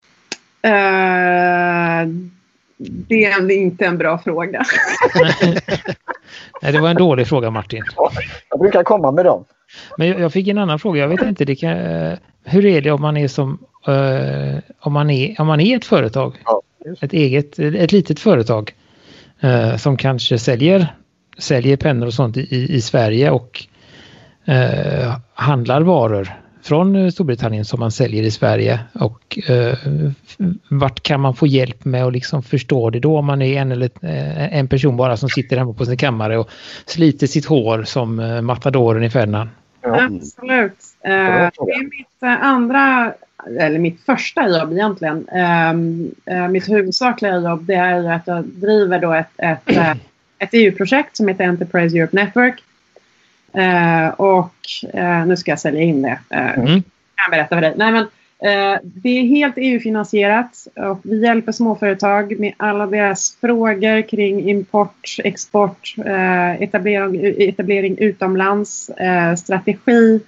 Uh, Det är inte en bra fråga. Nej, det var en dålig fråga, Martin. Ja, jag brukar komma med dem. Men jag, jag fick en annan fråga. Jag vet inte, det kan, hur är det om man är som uh, om man är om man är ett företag, ja, ett eget ett litet företag uh, som kanske säljer säljer pennor och sånt i, i Sverige och uh, handlar varor från Storbritannien som man säljer i Sverige och eh, vart kan man få hjälp med att liksom förstå det då om man är en, eller, eh, en person bara som sitter hemma på sin kammare och sliter sitt hår som eh, matadoren i Ferdinand? Ja. Absolut. Eh, det är mitt eh, andra, eller mitt första jobb egentligen. Eh, eh, mitt huvudsakliga jobb det är ju att jag driver då ett, ett, eh, ett E U-projekt som heter Enterprise Europe Network. Uh, och uh, nu ska jag sälja in det. Uh, mm. Kan jag berätta för dig. Nej, men, uh, det är helt E U-finansierat och vi hjälper småföretag med alla deras frågor kring import, export, uh, etablering, etablering utomlands, uh, strategi,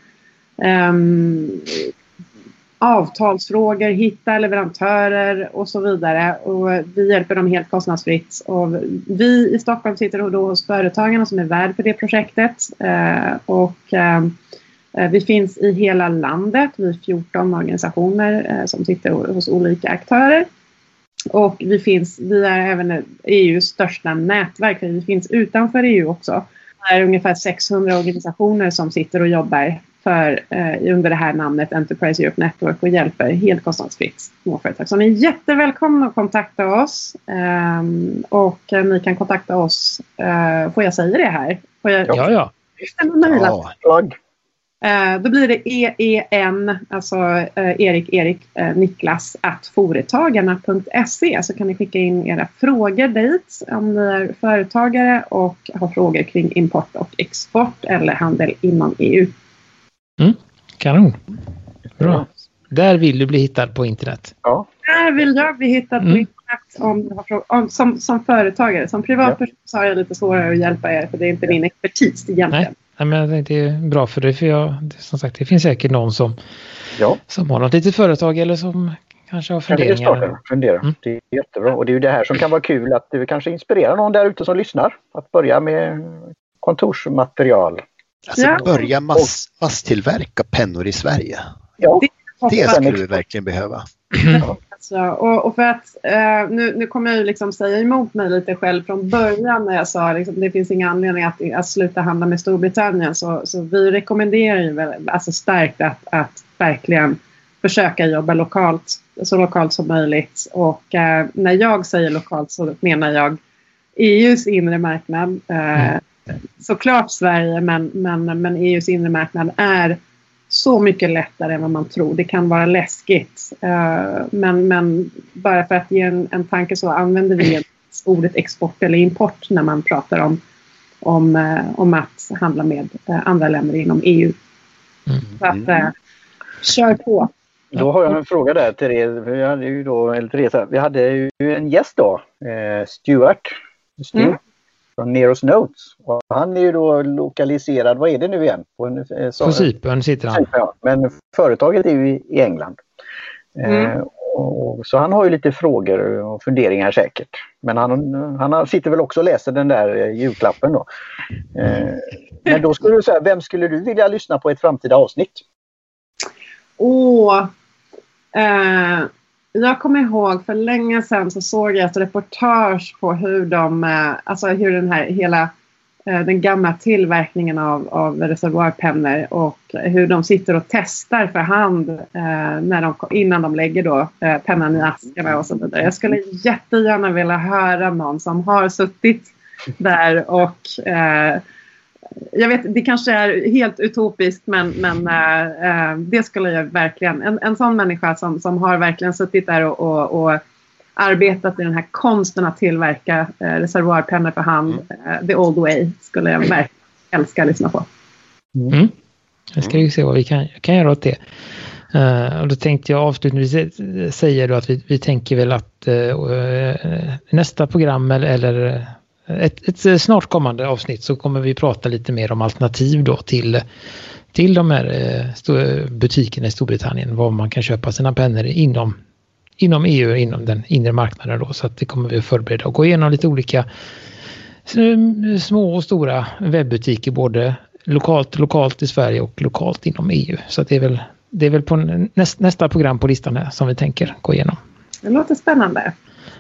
um, avtalsfrågor, hitta leverantörer och så vidare. Och vi hjälper dem helt kostnadsfritt. Och vi i Stockholm sitter då hos företagarna som är värd för det projektet. Eh, och eh, vi finns i hela landet. Vi är fjorton organisationer eh, som sitter hos olika aktörer. Och vi, finns, vi är även E U:s största nätverk. Vi finns utanför E U också. Det är ungefär sexhundra organisationer som sitter och jobbar för, eh, under det här namnet Enterprise Europe Network och hjälper helt kostnadsfritt småföretag. Så ni är jättevälkomna att kontakta oss eh, och eh, ni kan kontakta oss, eh, får jag säga det här? Får jag, ja, ja. ja. Eh, då blir det E E N, alltså eh, Erik, Erik, eh, Niklas at foretagarna punkt se, så kan ni skicka in era frågor dit om ni är företagare och har frågor kring import och export eller handel inom E U. Mm, kanon. Bra. Där vill du bli hittad på internet. Ja. Där vill jag bli hittad mm. på internet om, om, som, som företagare. Som privatperson så har jag lite svårare att hjälpa er för det är inte min expertis egentligen. Nej. Nej, men det är bra för det, för jag, som sagt, det finns säkert någon som, ja. som har något litet företag eller som kanske har funderingar. Kan fundera. Mm. Det är jättebra och det är ju det här som kan vara kul att det kanske inspirerar någon där ute som lyssnar att börja med kontorsmaterial. Alltså ja. börja mass, masstillverka pennor i Sverige. Ja. Det, det skulle vi verkligen behöva. Ja. Alltså, och, och för att eh, nu, nu kommer jag ju liksom säga emot mig lite själv från början när jag sa liksom, det finns inga anledning att, att sluta handla med Storbritannien, så, så vi rekommenderar ju väl, alltså starkt att, att verkligen försöka jobba lokalt, så lokalt som möjligt. Och eh, när jag säger lokalt så menar jag E U:s inre marknad. Eh, mm. Såklart Sverige, men, men, men E U:s inre marknad är så mycket lättare än vad man tror. Det kan vara läskigt. Uh, men, men bara för att ge en, en tanke så använder vi ordet export eller import när man pratar om, om, uh, om att handla med uh, andra länder inom E U. Mm. Så att, uh, kör på. Då har jag en fråga där till er. Vi hade ju då, eller Teresa, vi hade ju en gäst då, eh, Stuart. Stuart. Mm. Från Neros Notes. Och han är ju då lokaliserad, vad är det nu igen? På, en, eh, på Cypern sitter han. Ja, men företaget är ju i, i England. Mm. Eh, och, så han har ju lite frågor och funderingar säkert. Men han, han sitter väl också och läser den där eh, julklappen då. Eh, men då skulle du säga, vem skulle du vilja lyssna på ett framtida avsnitt? Åh, eh... jag kommer ihåg för länge sedan så såg jag ett reportage på hur de, alltså hur den här hela den gamla tillverkningen av, av reservoarpennor och hur de sitter och testar för hand eh, när de, innan de lägger då eh, pennan i askarna och så vidare. Jag skulle jättegärna vilja höra någon som har suttit där och eh, jag vet, det kanske är helt utopiskt, men, men äh, det skulle jag verkligen, en, en sån människa som, som har verkligen suttit där och, och, och arbetat i den här konsten att tillverka äh, reservoarpennor för hand, äh, the old way, skulle jag verkligen älska att lyssna på. Mm. Jag ska ju se vad vi kan, kan göra åt det. Uh, och då tänkte jag avslutningsvis säga då att vi, vi tänker väl att uh, nästa program eller, eller Ett, ett snart kommande avsnitt så kommer vi prata lite mer om alternativ då till, till de här eh, butikerna i Storbritannien, var man kan köpa sina pennor inom, inom E U, inom den inre marknaden då, så att det kommer vi att förbereda och gå igenom lite olika små och stora webbutiker, både lokalt, lokalt i Sverige och lokalt inom E U. Så att det är väl, det är väl på näst, nästa program på listan här som vi tänker gå igenom. Det låter spännande.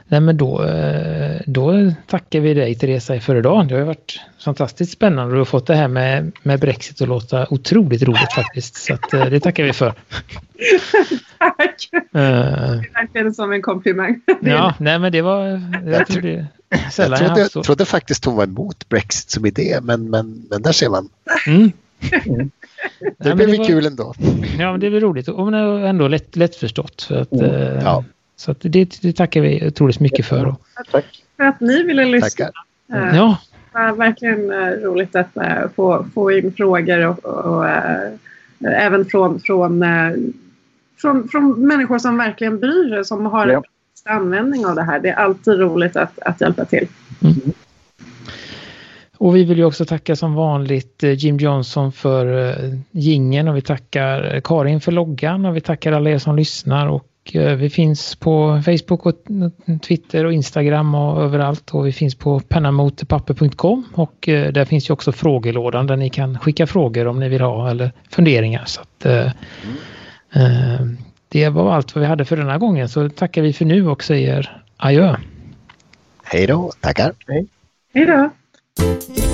Nej, men då, då tackar vi dig, Teresa, för idag. Det har varit fantastiskt spännande. Du har fått det här med, med Brexit att låta otroligt roligt faktiskt. Så att, det tackar vi för. Tack. Uh, det är verkligen som en komplimang. Ja, nej, men det var... Jag, jag, trodde, jag, trodde, jag trodde faktiskt hon var emot Brexit som idé, men, men, men där ser man. Mm. Mm. Det blev ju kul ändå. Ja, men det blir roligt. Och ändå lätt, lättförstått. För att, mm. ja. Så att det, det tackar vi otroligt mycket för. Och. Tack för att ni ville lyssna. Mm. Ja. Det var verkligen roligt att uh, få, få in frågor och, och uh, även från, från, uh, från, från människor som verkligen bryr sig, som har ja. användning av det här. Det är alltid roligt att, att hjälpa till. Mm. Och vi vill ju också tacka som vanligt Jim Johnson för jingeln, och vi tackar Karin för loggan, och vi tackar alla er som lyssnar, och vi finns på Facebook och Twitter och Instagram och överallt, och vi finns på pennamotepapper punkt com, och där finns ju också frågelådan där ni kan skicka frågor om ni vill ha eller funderingar. Så att, mm. eh, det var allt vad vi hade för den här gången, så tackar vi för nu och säger adjö. Hej då, tackar. Hej. Hej då.